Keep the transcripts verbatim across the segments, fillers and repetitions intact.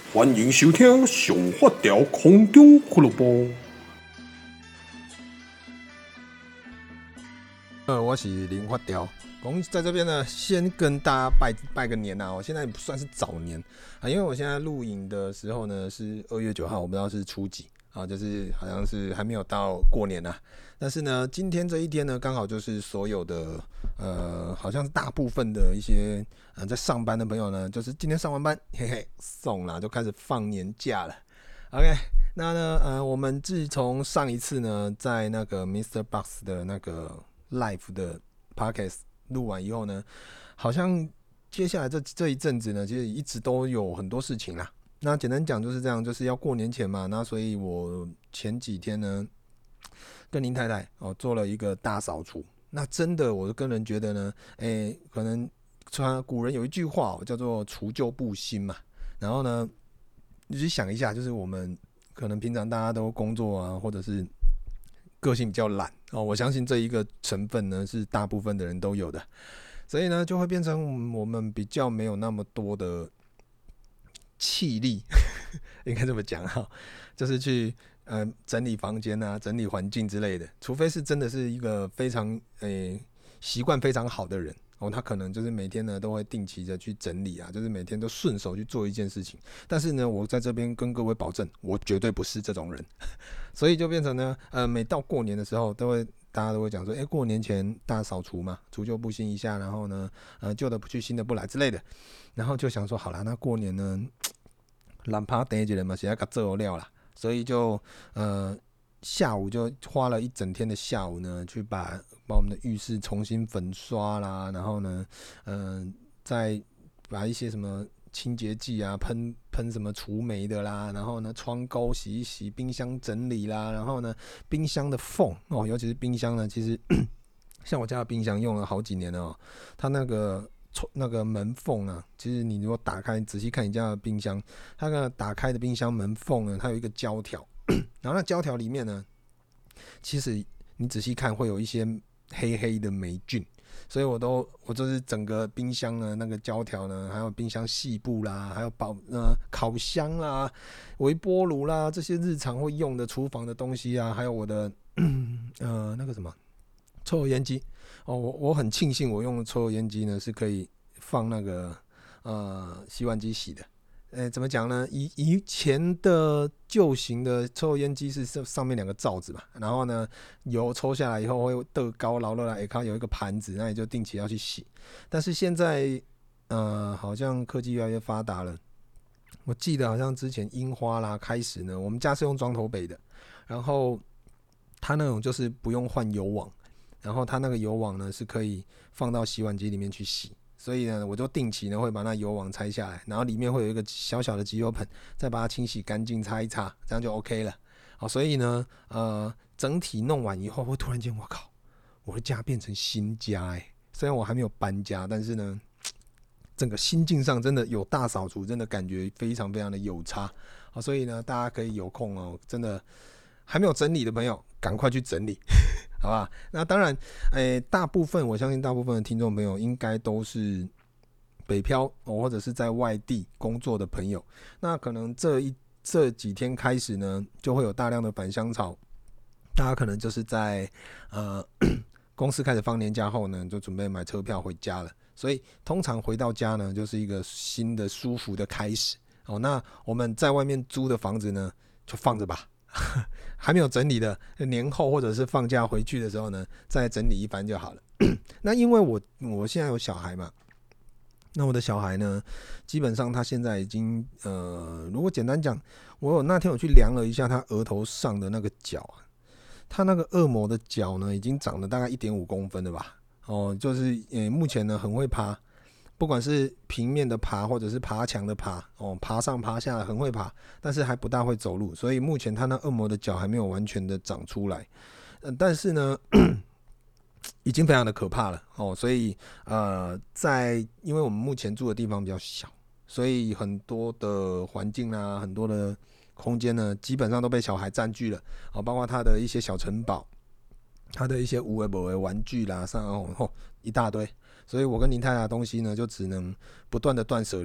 欢迎收听上发条空中俱乐部。 呃，我是林发条，公在这边呢，先跟大家拜拜个年呐、啊。我现在不算是早年啊，因为我现在录影的时候呢是二月九号，我不知道是初几啊，就是好像是还没有到过年呐、啊。但是呢，今天这一天呢，刚好就是所有的呃，好像是大部分的一些呃在上班的朋友呢，就是今天上完班，嘿嘿，送啦，就开始放年假了。OK。那呢，呃，我们自从上一次呢，在那个 Mister Box 的那个 Live 的 Podcast 录完以后呢，好像接下来这这一阵子呢，其实一直都有很多事情啦。那简单讲就是这样，就是要过年前嘛，那所以我前几天呢，跟林太太哦做了一个大扫除。那真的，我个人觉得呢，哎，可能古人有一句话、哦、叫做除旧布新嘛。然后呢，你去想一下，就是我们可能平常大家都工作啊，或者是个性比较懒哦，我相信这一个成分呢是大部分的人都有的，所以呢就会变成我们比较没有那么多的气力，应该这么讲哈，就是去呃整理房间啊、整理环境之类的，除非是真的是一个非常诶习惯非常好的人。哦，他可能就是每天呢都会定期的去整理啊，就是每天都顺手去做一件事情。但是呢，我在这边跟各位保证，我绝对不是这种人，所以就变成呢，呃，每到过年的时候，都会大家都会讲说，哎、欸，过年前大扫除嘛，除旧布新一下，然后呢，呃，旧的不去，新的不来之类的。然后就想说，好啦，那过年呢，懒趴等一人嘛，现在给做料啦，所以就呃。下午就花了一整天的下午呢，去把把我们的浴室重新粉刷啦，然后呢，嗯、呃，再把一些什么清洁剂啊喷喷什么除霉的啦，然后呢窗钩洗一洗，冰箱整理啦，然后呢冰箱的缝哦，尤其是冰箱呢，其实像我家的冰箱用了好几年了哦，它那个那个门缝啊，其实你如果打开仔细看你家的冰箱，它那个打开的冰箱门缝呢，它有一个胶条。然后那胶条里面呢，其实你仔细看会有一些黑黑的霉菌，所以我都我就是整个冰箱呢那个胶条呢，还有冰箱细部啦，还有保呃烤箱啦、微波炉啦，这些日常会用的厨房的东西啊，还有我的呃那个什么抽油烟机哦，我我很庆幸我用的抽油烟机呢是可以放那个呃洗碗机洗的。欸、怎么讲呢？以以前的旧型的抽油烟机是上面两个罩子嘛，然后呢，油抽下来以后会得高劳了来，它有一个盘子，那你就定期要去洗。但是现在，呃，好像科技越来越发达了。我记得好像之前樱花啦开始呢，我们家是用庄头北的，然后它那种就是不用换油网，然后它那个油网呢是可以放到洗碗机里面去洗。所以呢，我就定期呢会把那油网拆下来，然后里面会有一个小小的集油盆，再把它清洗干净，擦一擦，这样就 OK 了。好，所以呢，呃，整体弄完以后，会突然间，我靠，我的家变成新家哎、欸！虽然我还没有搬家，但是呢，整个心境上真的有大扫除，真的感觉非常非常的有差。好，所以呢，大家可以有空哦，真的还没有整理的朋友，赶快去整理。好吧，那当然，诶，大部分我相信大部分的听众朋友应该都是北漂、哦、或者是在外地工作的朋友。那可能这一这几天开始呢，就会有大量的返乡潮，大家可能就是在呃公司开始放年假后呢，就准备买车票回家了。所以通常回到家呢，就是一个新的舒服的开始。哦，那我们在外面租的房子呢，就放着吧。还没有整理的，年后或者是放假回去的时候呢，再整理一番就好了。那因为我我现在有小孩嘛，那我的小孩呢，基本上他现在已经呃，如果简单讲，我有那天我去量了一下他额头上的那个角啊，他那个恶魔的角呢，已经长了大概一点五公分了吧？哦，就是呃，目前呢很会爬。不管是平面的爬，或者是爬墙的爬，哦，爬上爬下很会爬，但是还不大会走路，所以目前他那恶魔的脚还没有完全的长出来，呃、但是呢，已经非常的可怕了哦。所以呃，在因为我们目前住的地方比较小，所以很多的环境啊，很多的空间呢，基本上都被小孩占据了，哦，包括他的一些小城堡，他的一些无为不为玩具啦，上哦一大堆。所以我跟林太太的东西呢，就只能不断的断舍离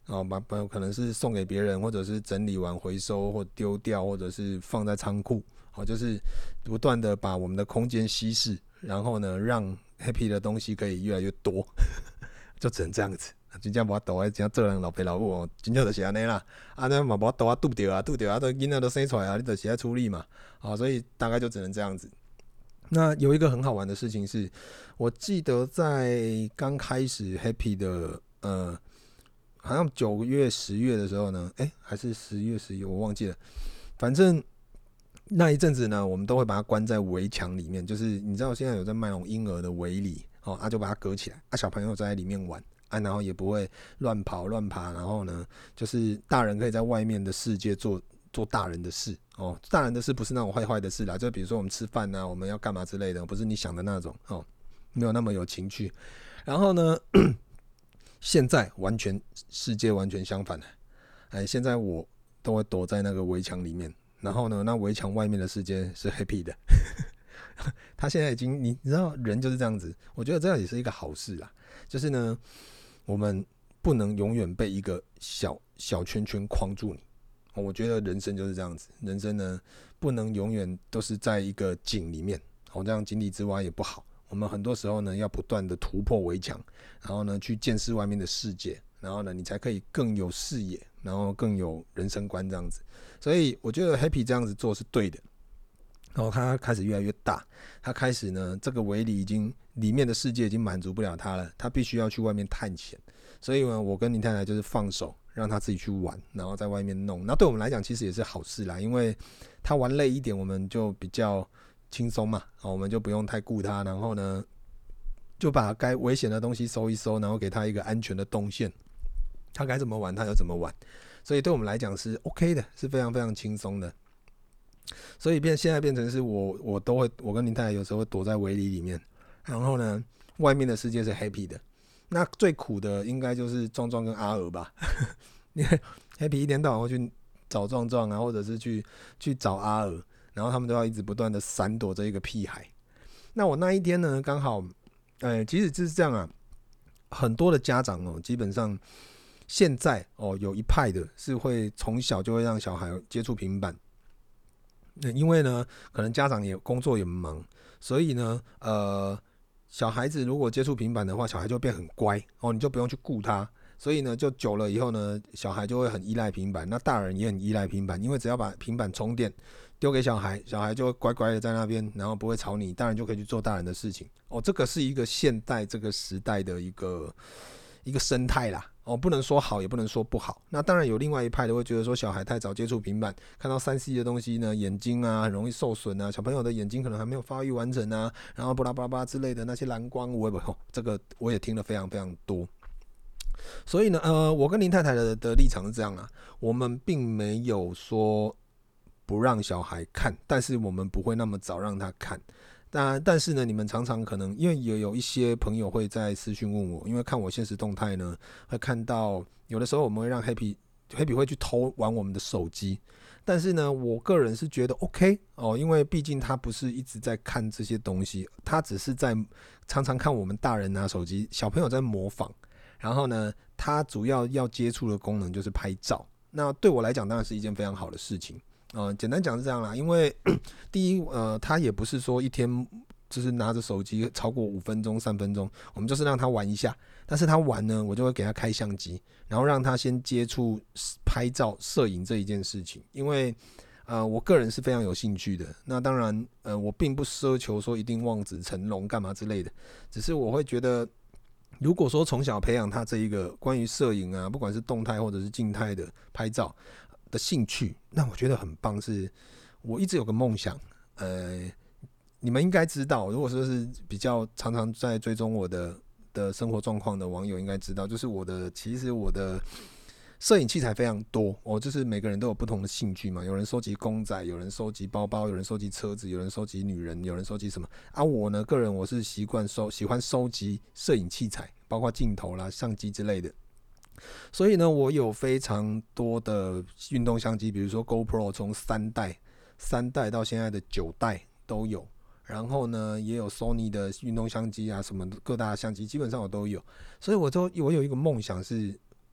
哦，把把可能是送给别人，或者是整理完回收或丢掉，或者是放在仓库，好、哦，就是不断的把我们的空间稀释，然后呢，让 happy 的东西可以越来越多，就只能这样子。真正无法度，真正做人老爸老母哦，真正就是安尼啦。啊，那嘛无法度啊，拄着啊，拄着啊，都囡仔都生出来啊，你就是要处理嘛。好、哦，所以大概就只能这样子。那有一个很好玩的事情是，我记得在刚开始 happy 的呃。好像九月、十月的时候呢，哎、欸，还是十月、十月，我忘记了。反正那一阵子呢，我们都会把它关在围墙里面，就是你知道现在有在卖那种婴儿的围篱，哦，啊就把它隔起来，啊小朋友在里面玩，啊然后也不会乱跑乱爬，然后呢，就是大人可以在外面的世界做做大人的事，哦，大人的事不是那种坏坏的事啦，就比如说我们吃饭啊，我们要干嘛之类的，不是你想的那种，哦，没有那么有情趣。然后呢？现在完全世界完全相反了，哎，现在我都会躲在那个围墙里面，然后呢，那围墙外面的世界是 happy 的。他现在已经，你知道，人就是这样子，我觉得这样也是一个好事啦。就是呢，我们不能永远被一个小小圈圈框住你。我觉得人生就是这样子，人生呢不能永远都是在一个井里面，哦，这样井底之蛙也不好。我们很多时候呢，要不断的突破围墙，然后呢，去见识外面的世界，然后呢，你才可以更有视野，然后更有人生观这样子。所以我觉得 Happy 这样子做是对的。然后他开始越来越大，他开始呢，这个围篱已经里面的世界已经满足不了他了，他必须要去外面探险。所以呢，我跟林太太就是放手，让他自己去玩，然后在外面弄。那对我们来讲，其实也是好事啦，因为他玩累一点，我们就比较轻松嘛，我们就不用太顾他，然后呢，就把该危险的东西收一收，然后给他一个安全的动线，他该怎么玩他就怎么玩，所以对我们来讲是 OK 的，是非常非常轻松的。所以变现在变成是我我都会，我跟林太太有时候会躲在围篱里面，然后呢，外面的世界是 happy 的。那最苦的应该就是壮壮跟阿娥吧，因为 happy 一天到晚会去找壮壮啊，或者是去去找阿娥。然后他们都要一直不断的闪躲这一个屁孩。那我那一天呢，刚好，呃，其实就是这样啊，很多的家长哦，基本上现在哦，有一派的是会从小就会让小孩接触平板，因为呢，可能家长也工作也忙，所以呢，呃，小孩子如果接触平板的话，小孩就变很乖哦，你就不用去顾他。所以呢，就久了以后呢，小孩就会很依赖平板，那大人也很依赖平板，因为只要把平板充电丢给小孩，小孩就会乖乖的在那边，然后不会吵你，大人就可以去做大人的事情。哦，这个是一个现代这个时代的一个一个生态啦。哦，不能说好，也不能说不好。那当然有另外一派的会觉得说，小孩太早接触平板，看到三 C 的东西呢，眼睛啊很容易受损啊，小朋友的眼睛可能还没有发育完整啊，然后巴拉巴拉巴拉之类的那些蓝光，我也不，这个我也听了非常非常多。所以呢，呃，我跟林太太 的, 的立场是这样啦，我们并没有说不让小孩看，但是我们不会那么早让他看。但但是呢，你们常常可能因为也有一些朋友会在私讯问我，因为看我现实动态呢，会看到有的时候我们会让 Happy Happy 会去偷玩我们的手机，但是呢，我个人是觉得 OK 哦，因为毕竟他不是一直在看这些东西，他只是在常常看我们大人拿手机，小朋友在模仿。然后呢，它主要要接触的功能就是拍照。那对我来讲，当然是一件非常好的事情。呃，简单讲是这样啦，因为第一，呃，他也不是说一天就是拿着手机超过五分钟、三分钟，我们就是让他玩一下。但是他玩呢，我就会给他开相机，然后让他先接触拍照、摄影这一件事情。因为呃，我个人是非常有兴趣的。那当然，呃，我并不奢求说一定望子成龙干嘛之类的，只是我会觉得。如果说从小培养他这一个关于摄影啊，不管是动态或者是静态的拍照的兴趣，那我觉得很棒。是我一直有个梦想，呃，你们应该知道，如果说是比较常常在追踪我的的生活状况的网友应该知道，就是我的其实我的摄影器材非常多哦，就是每个人都有不同的兴趣嘛，有人收集公仔，有人收集包包，有人收集车子，有人收集女人，有人收集什么啊？我呢，个人我是习惯收喜欢收集摄影器材，包括镜头啦、相机之类的。所以呢，我有非常多的运动相机，比如说 GoPro 从三代、三代到现在的九代都有。然后呢，也有 Sony 的运动相机啊，什么各大相机基本上我都有。所以我就我有一个梦想是。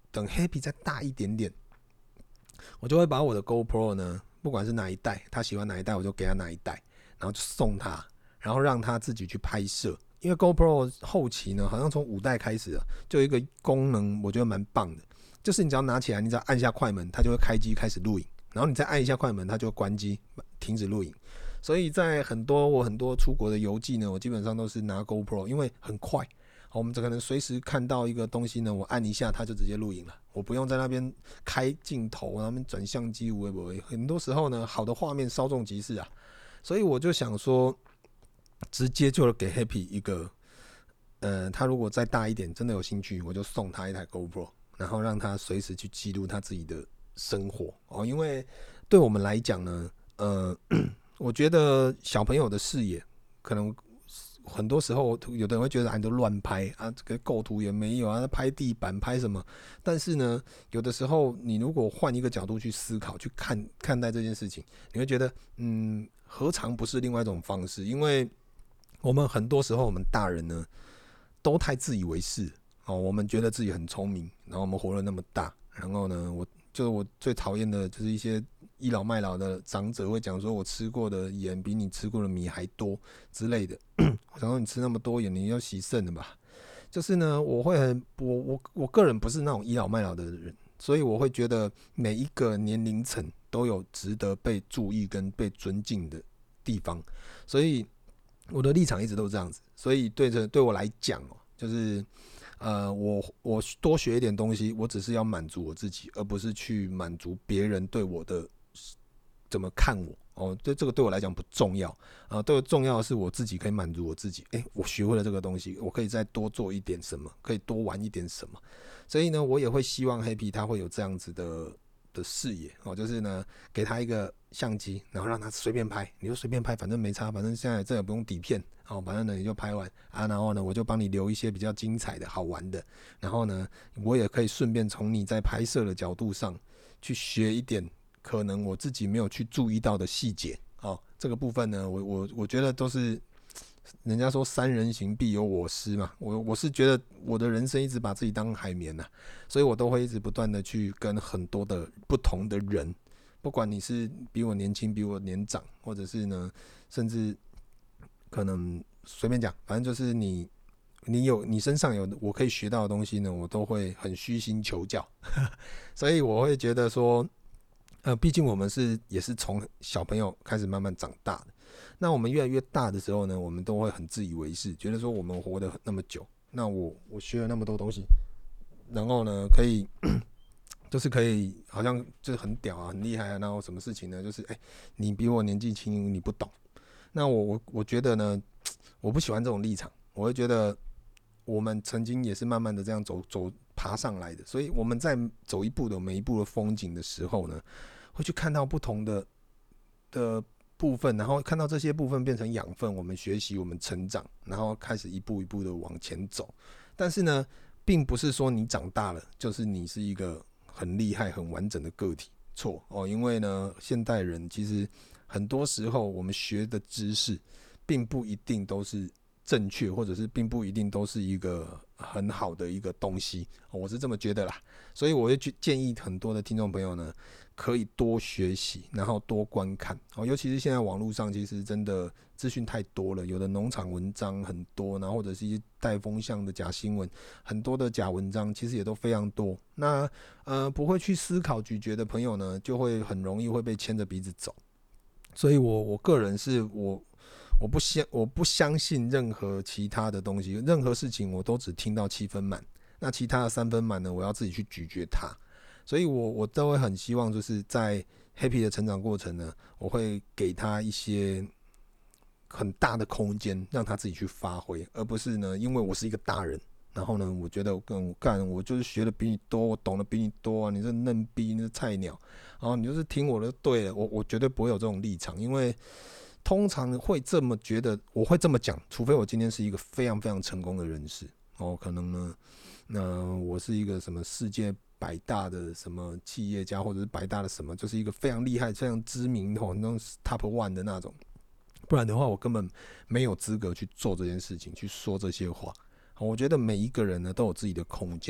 等 Happy 再大一点点，我就会把我的 GoPro 呢，不管是哪一代，他喜欢哪一代，我就给他哪一代，然后就送他，然后让他自己去拍摄。因为 GoPro 后期呢，好像从五代开始了，就有一个功能，我觉得蛮棒的，就是你只要拿起来，你只要按下快门，它就会开机开始录影，然后你再按一下快门，它就会关机停止录影。所以在很多我很多出国的游记呢，我基本上都是拿 GoPro， 因为很快，我们可能随时看到一个东西呢，我按一下它就直接录影了，我不用在那边开镜头，那边转相机，无为不为。很多时候呢，好的画面稍纵即逝啊，所以我就想说，直接就给 Happy 一个，呃，他如果再大一点，真的有兴趣，我就送他一台 GoPro， 然后让他随时去记录他自己的生活哦，因为对我们来讲呢，呃。我觉得小朋友的视野，可能很多时候有的人会觉得啊，你都乱拍啊，这个构图也没有啊，拍地板拍什么？但是呢，有的时候你如果换一个角度去思考、去看看待这件事情，你会觉得，嗯，何尝不是另外一种方式？因为我们很多时候，我们大人呢，都太自以为是哦，我们觉得自己很聪明，然后我们活了那么大，然后呢，我就是我最讨厌的就是一些倚老卖老的长者会讲说，我吃过的盐比你吃过的米还多之类的。我想说，你吃那么多盐，你要洗肾了吧？就是呢，我会很我我我个人不是那种倚老卖老的人，所以我会觉得每一个年龄层都有值得被注意跟被尊敬的地方，所以我的立场一直都是这样子。所以对着对我来讲哦，就是呃，我我多学一点东西，我只是要满足我自己，而不是去满足别人对我的怎么看我哦。这这个对我来讲不重要啊、呃，对我重要的是我自己可以满足我自己。哎，我学会了这个东西，我可以再多做一点什么，可以多玩一点什么。所以呢，我也会希望 Happy 他会有这样子的的视野哦，就是呢，给他一个相机，然后让他随便拍，你就随便拍，反正没差，反正现在这也不用底片哦，反正呢你就拍完啊，然后呢我就帮你留一些比较精彩的好玩的，然后呢我也可以顺便从你在拍摄的角度上去学一点可能我自己没有去注意到的细节哦，这个部分呢，我我我觉得都是。人家说三人行必有我师嘛，我我是觉得我的人生一直把自己当海绵呐、啊，所以我都会一直不断的去跟很多的不同的人，不管你是比我年轻、比我年长，或者是呢，甚至可能随便讲，反正就是你你有你身上有我可以学到的东西呢，我都会很虚心求教，所以我会觉得说，呃，毕竟我们是也是从小朋友开始慢慢长大的。那我们越来越大的时候呢，我们都会很自以为是，觉得说我们活得那么久，那我我学了那么多东西，然后呢，可以就是可以好像就是很屌啊，很厉害啊，然后什么事情呢，就是哎、欸，你比我年纪轻，你不懂。那我我我觉得呢，我不喜欢这种立场，我会觉得我们曾经也是慢慢的这样走走爬上来的，所以我们在走一步的每一步的风景的时候呢，会去看到不同的的。部分，然后看到这些部分变成养分，我们学习，我们成长，然后开始一步一步的往前走。但是呢，并不是说你长大了就是你是一个很厉害、很完整的个体，错哦。因为呢，现代人其实很多时候我们学的知识，并不一定都是正确，或者是并不一定都是一个很好的一个东西，我是这么觉得啦。所以我会建议很多的听众朋友呢，可以多学习，然后多观看哦。尤其是现在网络上，其实真的资讯太多了，有的农场文章很多，然后或者是一些带风向的假新闻，很多的假文章其实也都非常多。那呃不会去思考咀嚼的朋友呢，就会很容易会被牵着鼻子走。所以我我个人是我。我不相我不相信任何其他的东西，任何事情我都只听到七分满，那其他的三分满呢，我要自己去咀嚼它。所以我我都会很希望就是在 Happy 的成长过程呢，我会给他一些很大的空间，让他自己去发挥，而不是呢，因为我是一个大人，然后呢，我觉得我跟干我就是学的比你多，我懂得比你多啊，你这嫩逼，你这菜鸟，然后你就是听我的对了，我我绝对不会有这种立场，因为。通常会这么觉得，我会这么讲，除非我今天是一个非常非常成功的人士哦，可能呢，那我是一个什么世界百大的什么企业家，或者是百大的什么，就是一个非常厉害、非常知名哦，那种 top one 的那种，不然的话，我根本没有资格去做这件事情，去说这些话。我觉得每一个人呢都有自己的空间，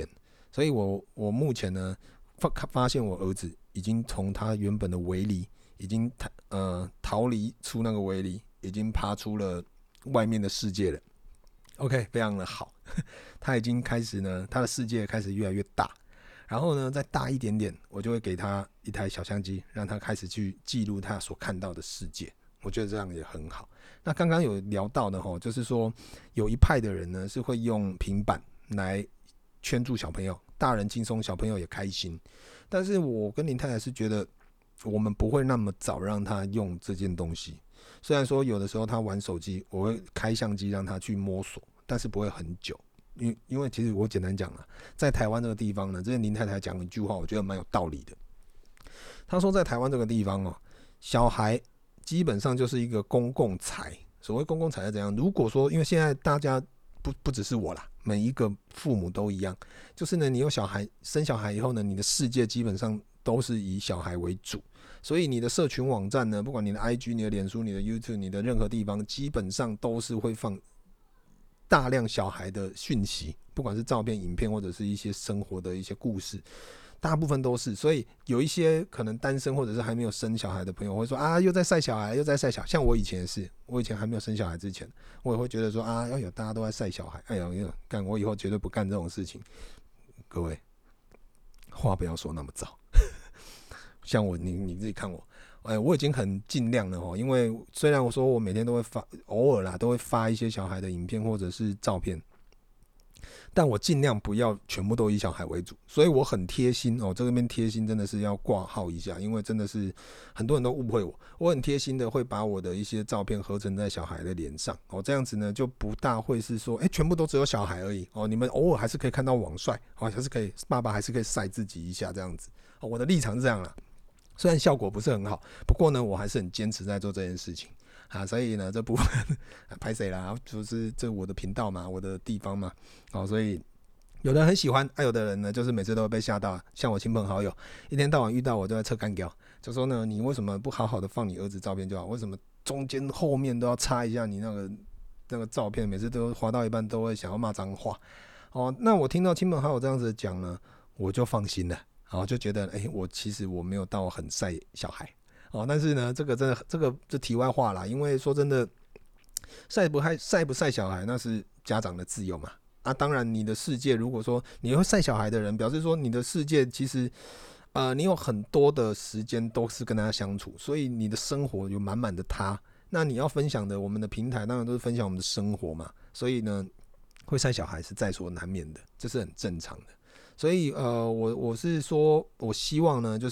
所以我我目前呢发发现我儿子已经从他原本的围篱已经呃逃离出那个围篱，已经爬出了外面的世界了。OK， 非常的好，他已经开始呢，他的世界开始越来越大。然后呢，再大一点点，我就会给他一台小相机，让他开始去记录他所看到的世界。我觉得这样也很好。那刚刚有聊到的吼，就是说有一派的人呢是会用平板来圈住小朋友，大人轻松，小朋友也开心。但是我跟林太太是觉得，我们不会那么早让他用这件东西。虽然说有的时候他玩手机，我会开相机让他去摸索，但是不会很久。因因为其实我简单讲啊，在台湾这个地方呢，之前林太太讲一句话，我觉得蛮有道理的。她说在台湾这个地方哦，小孩基本上就是一个公共财。所谓公共财是怎样？如果说因为现在大家不不只是我啦，每一个父母都一样，就是呢，你有小孩生小孩以后呢，你的世界基本上都是以小孩为主。所以你的社群网站呢，不管你的 I G、你的脸书、你的 YouTube、你的任何地方，基本上都是会放大量小孩的讯息，不管是照片、影片，或者是一些生活的一些故事，大部分都是。所以有一些可能单身或者是还没有生小孩的朋友会说啊，又在晒小孩，又在晒小孩。像我以前也是，我以前还没有生小孩之前，我也会觉得说啊，哎呦，大家都在晒小孩，哎呦，干我以后绝对不干这种事情。各位，话不要说那么早。像我，你你自己看我，哎，我已经很尽量了哦。因为虽然我说我每天都会发，偶尔啦都会发一些小孩的影片或者是照片，但我尽量不要全部都以小孩为主。所以我很贴心哦，这边贴心真的是要挂号一下，因为真的是很多人都误会我。我很贴心的会把我的一些照片合成在小孩的脸上哦，这样子呢就不大会是说，哎，全部都只有小孩而已哦。你们偶尔还是可以看到网帅哦，还是可以爸爸还是可以晒自己一下这样子哦。我的立场是这样啦。虽然效果不是很好，不过呢，我还是很坚持在做这件事情啊，所以呢，这部分拍谁啦，就是这我的频道嘛，我的地方嘛，哦，所以有的人很喜欢，啊，有的人呢，就是每次都会被吓到，像我亲朋好友，一天到晚遇到我都在测干掉，就说呢，你为什么不好好的放你儿子照片就好，为什么中间后面都要插一下你那个那个照片，每次都滑到一半都会想要骂脏话，哦，那我听到亲朋好友这样子讲呢，我就放心了。然后就觉得，哎、欸，我其实我没有到很晒小孩哦，但是呢，这个真的，这个是题外话啦。因为说真的，晒不晒晒不晒小孩，那是家长的自由嘛。啊，当然你的世界，如果说你会晒小孩的人，表示说你的世界其实，呃，你有很多的时间都是跟他相处，所以你的生活有满满的他。那你要分享的，我们的平台当然都是分享我们的生活嘛。所以呢，会晒小孩是在所难免的，这是很正常的。所以呃，我我是说，我希望呢，就是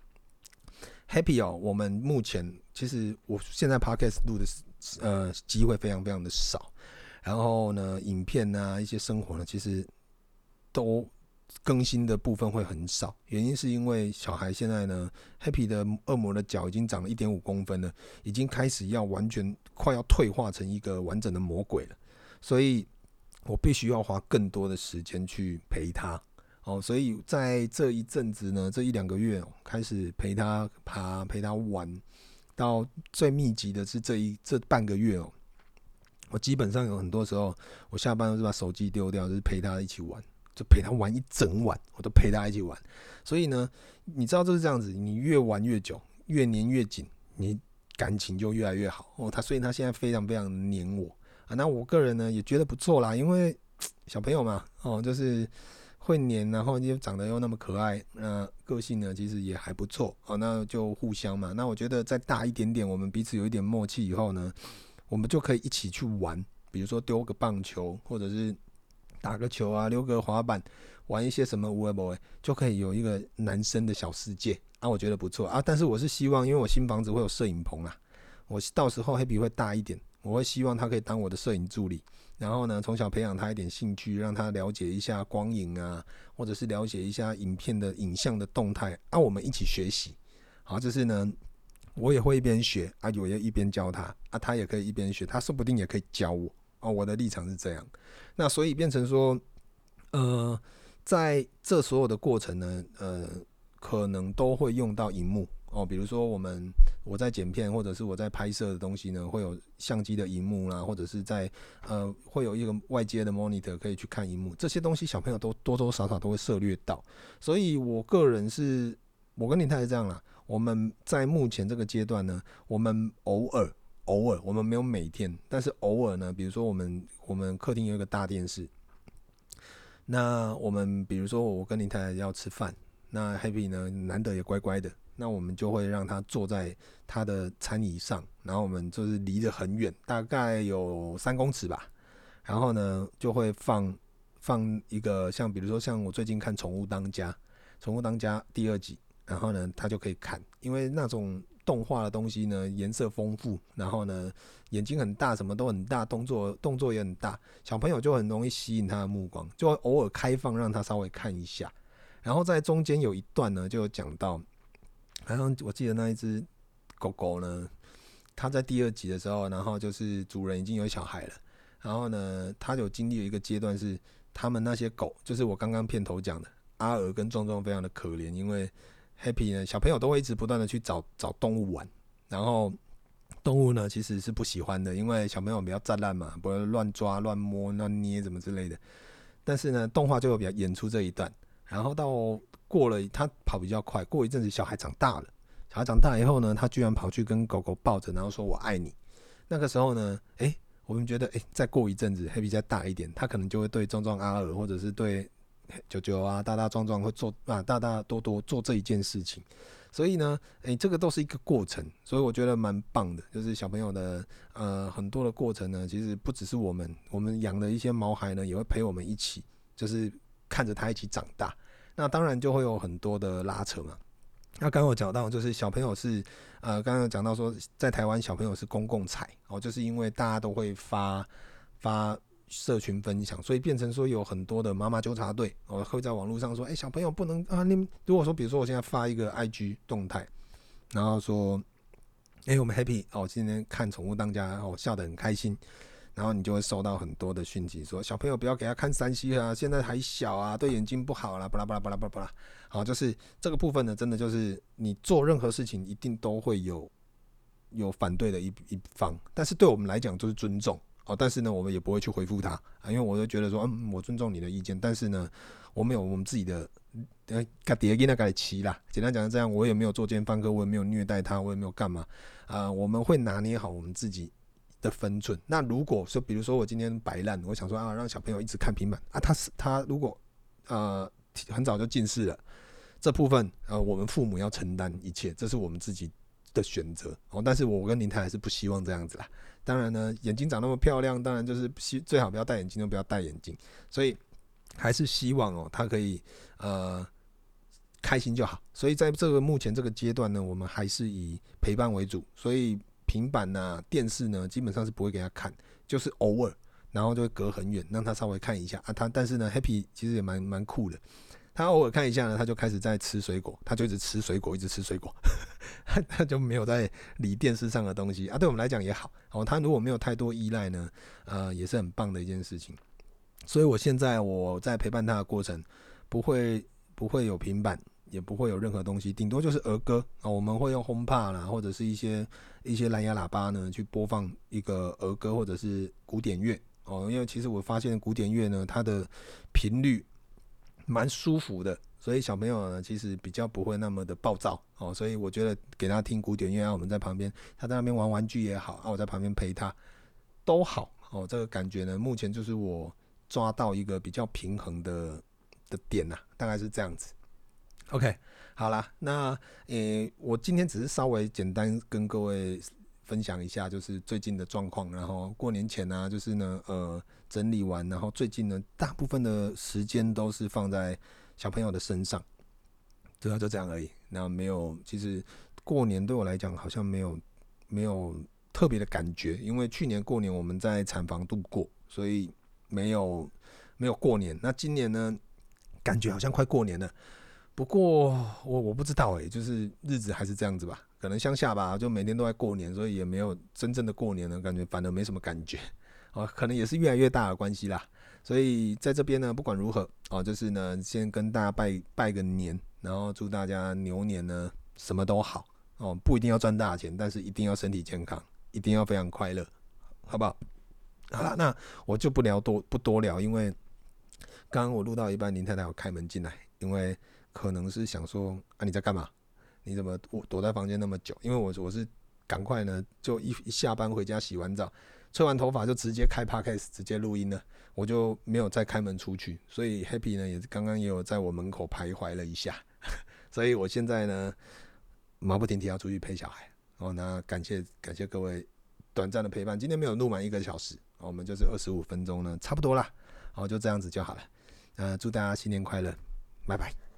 Happy 哦，我们目前其实我现在 Podcast 录的呃机会非常非常的少，然后呢，影片啊一些生活呢，其实都更新的部分会很少，原因是因为小孩现在呢 ，Happy 的恶魔的脚已经长了 一点五公分了，已经开始要完全快要退化成一个完整的魔鬼了，所以我必须要花更多的时间去陪他。哦，所以在这一阵子呢，这一两个月、哦、开始陪他爬，陪他玩，到最密集的是这一这半个月哦。我基本上有很多时候，我下班都是把手机丢掉，就是陪他一起玩，就陪他玩一整晚，我都陪他一起玩。所以呢，你知道就是这样子，你越玩越久，越黏越紧，你感情就越来越好哦。他所以他现在非常非常黏我啊。那我个人呢也觉得不错啦，因为小朋友嘛，哦，就是。会黏，然后又长得又那么可爱，那个性呢其实也还不错，哦，那就互相嘛。那我觉得再大一点点，我们彼此有一点默契以后呢，我们就可以一起去玩，比如说丢个棒球，或者是打个球啊，溜个滑板，玩一些什么有的没的，就可以有一个男生的小世界啊，我觉得不错啊。但是我是希望，因为我新房子会有摄影棚啊，我到时候 Happy 会大一点，我会希望他可以当我的摄影助理。然后呢，从小培养他一点兴趣，让他了解一下光影啊，或者是了解一下影片的影像的动态啊，我们一起学习。好，就是呢，我也会一边学啊，我也一边教他啊，他也可以一边学，他说不定也可以教我哦。我的立场是这样，那所以变成说，呃，在这所有的过程呢，呃，可能都会用到萤幕哦，比如说我们我在剪片或者是我在拍摄的东西呢，会有相机的荧幕啦，或者是在呃会有一个外接的 monitor 可以去看荧幕，这些东西小朋友都多多少少都会涉略到，所以我个人是，我跟林太是这样啦，我们在目前这个阶段呢，我们偶尔偶尔我们没有每天，但是偶尔呢，比如说我们我们客厅有一个大电视，那我们比如说我跟林太太要吃饭，那 Happy 呢难得也乖乖的。那我们就会让他坐在他的餐椅上，然后我们就是离得很远，大概有三公尺吧。然后呢，就会放放一个像，比如说像我最近看《宠物当家》，《宠物当家》第二集，然后呢，他就可以看，因为那种动画的东西呢，颜色丰富，然后呢，眼睛很大，什么都很大，动作动作也很大，小朋友就很容易吸引他的目光，就会偶尔开放让他稍微看一下。然后在中间有一段呢，就有讲到。好像我记得那一只狗狗呢，它在第二集的时候，然后就是主人已经有小孩了，然后呢，它有经历了一个阶段是，他们那些狗，就是我刚刚片头讲的阿尔跟壮壮非常的可怜，因为 Happy 呢，小朋友都会一直不断的去找找动物玩，然后动物呢其实是不喜欢的，因为小朋友比较战烂嘛，不会乱抓、乱摸、乱捏什么之类的。但是呢，动画就有比较演出这一段，然后到过了，他跑比较快，过一阵子小孩长大了，小孩长大以后呢，他居然跑去跟狗狗抱着，然后说我爱你。那个时候呢，哎、欸，我们觉得，哎、欸，再过一阵子 ，Happy 再大一点，他可能就会对壮壮阿尔或者是对九九啊、大大壮壮会做啊、大大多多做这一件事情。所以呢，哎、欸，这个都是一个过程，所以我觉得蛮棒的。就是小朋友的呃很多的过程呢，其实不只是我们，我们养的一些毛孩呢，也会陪我们一起，就是看着他一起长大。那当然就会有很多的拉扯嘛。那刚刚有讲到，就是小朋友是呃，刚刚有讲到说，在台湾小朋友是公共财哦，就是因为大家都会发发社群分享，所以变成说有很多的妈妈纠察队哦，会在网络上说，哎、欸，小朋友不能啊，你如果说比如说我现在发一个 I G 动态，然后说，哎、欸，我们 Happy 哦，今天看宠物当家哦，笑得很开心。然后你就会收到很多的讯息，说小朋友不要给他看三 C 啊，现在还小啊，对眼睛不好啦，巴拉巴拉巴拉巴拉巴拉。好，就是这个部分呢，真的就是你做任何事情一定都会有有反对的一一方，但是对我们来讲就是尊重哦。但是呢，我们也不会去回复他啊，因为我就觉得说，嗯，我尊重你的意见，但是呢，我们有我们自己的呃，家己的囡仔家己饲啦。简单讲是这样，我也没有作奸犯科，我也没有虐待他，我也没有干嘛啊、呃，我们会拿捏好我们自己的分寸。那如果说，比如说我今天摆烂，我想说啊，让小朋友一直看平板啊，他他如果呃很早就近视了，这部分呃我们父母要承担一切，这是我们自己的选择哦。但是我跟林太还是不希望这样子啦。当然呢，眼睛长那么漂亮，当然就是最好不要戴眼镜，就不要戴眼镜。所以还是希望哦，他可以呃开心就好。所以在这个目前这个阶段呢，我们还是以陪伴为主，所以平板啊、电视呢，基本上是不会给他看，就是偶尔，然后就会隔很远，让他稍微看一下啊。他但是呢 ，Happy 其实也蛮蛮酷的，他偶尔看一下呢，他就开始在吃水果，他就一直吃水果，一直吃水果，他就没有在理电视上的东西啊。对我们来讲也好，哦，他如果没有太多依赖呢，呃，也是很棒的一件事情。所以我现在我在陪伴他的过程，不会不会有平板。也不会有任何东西，顶多就是儿歌啊，我们会用 HomePod 啦，或者是一些一些蓝牙喇叭呢，去播放一个儿歌或者是古典乐哦。因为其实我发现古典乐呢，它的频率蛮舒服的，所以小朋友呢，其实比较不会那么的暴躁哦。所以我觉得给他听古典乐啊，我们在旁边，他在那边玩玩具也好啊，我在旁边陪他都好哦。这个感觉呢，目前就是我抓到一个比较平衡的的点呐、啊，大概是这样子。OK， 好啦，那诶、欸，我今天只是稍微简单跟各位分享一下，就是最近的状况。然后过年前呢、啊，就是呢，呃，整理完，然后最近呢，大部分的时间都是放在小朋友的身上，主要就这样而已。那没有，其实过年对我来讲好像没有没有特别的感觉，因为去年过年我们在产房度过，所以没有没有过年。那今年呢，感觉好像快过年了。不过我我不知道哎、欸，就是日子还是这样子吧，可能乡下吧，就每天都在过年，所以也没有真正的过年呢，感觉反而没什么感觉哦，可能也是越来越大的关系啦。所以在这边呢，不管如何哦，就是呢，先跟大家拜拜个年，然后祝大家牛年呢什么都好哦，不一定要赚大钱，但是一定要身体健康，一定要非常快乐，好不好？好了，那我就不聊多不多聊，因为刚刚我录到一半，林太太有开门进来，因为可能是想说啊你在干嘛？你怎么躲在房间那么久？因为我我是赶快呢，就一一下班回家洗完澡，吹完头发就直接开 podcast 直接录音了，我就没有再开门出去，所以 Happy 呢也刚刚也有在我门口徘徊了一下，所以我现在呢马不停蹄要出去陪小孩。哦，那感谢感谢各位短暂的陪伴，今天没有录满一个小时，我们就是二十五分钟呢，差不多啦，好，就这样子就好了。呃，祝大家新年快乐，拜拜。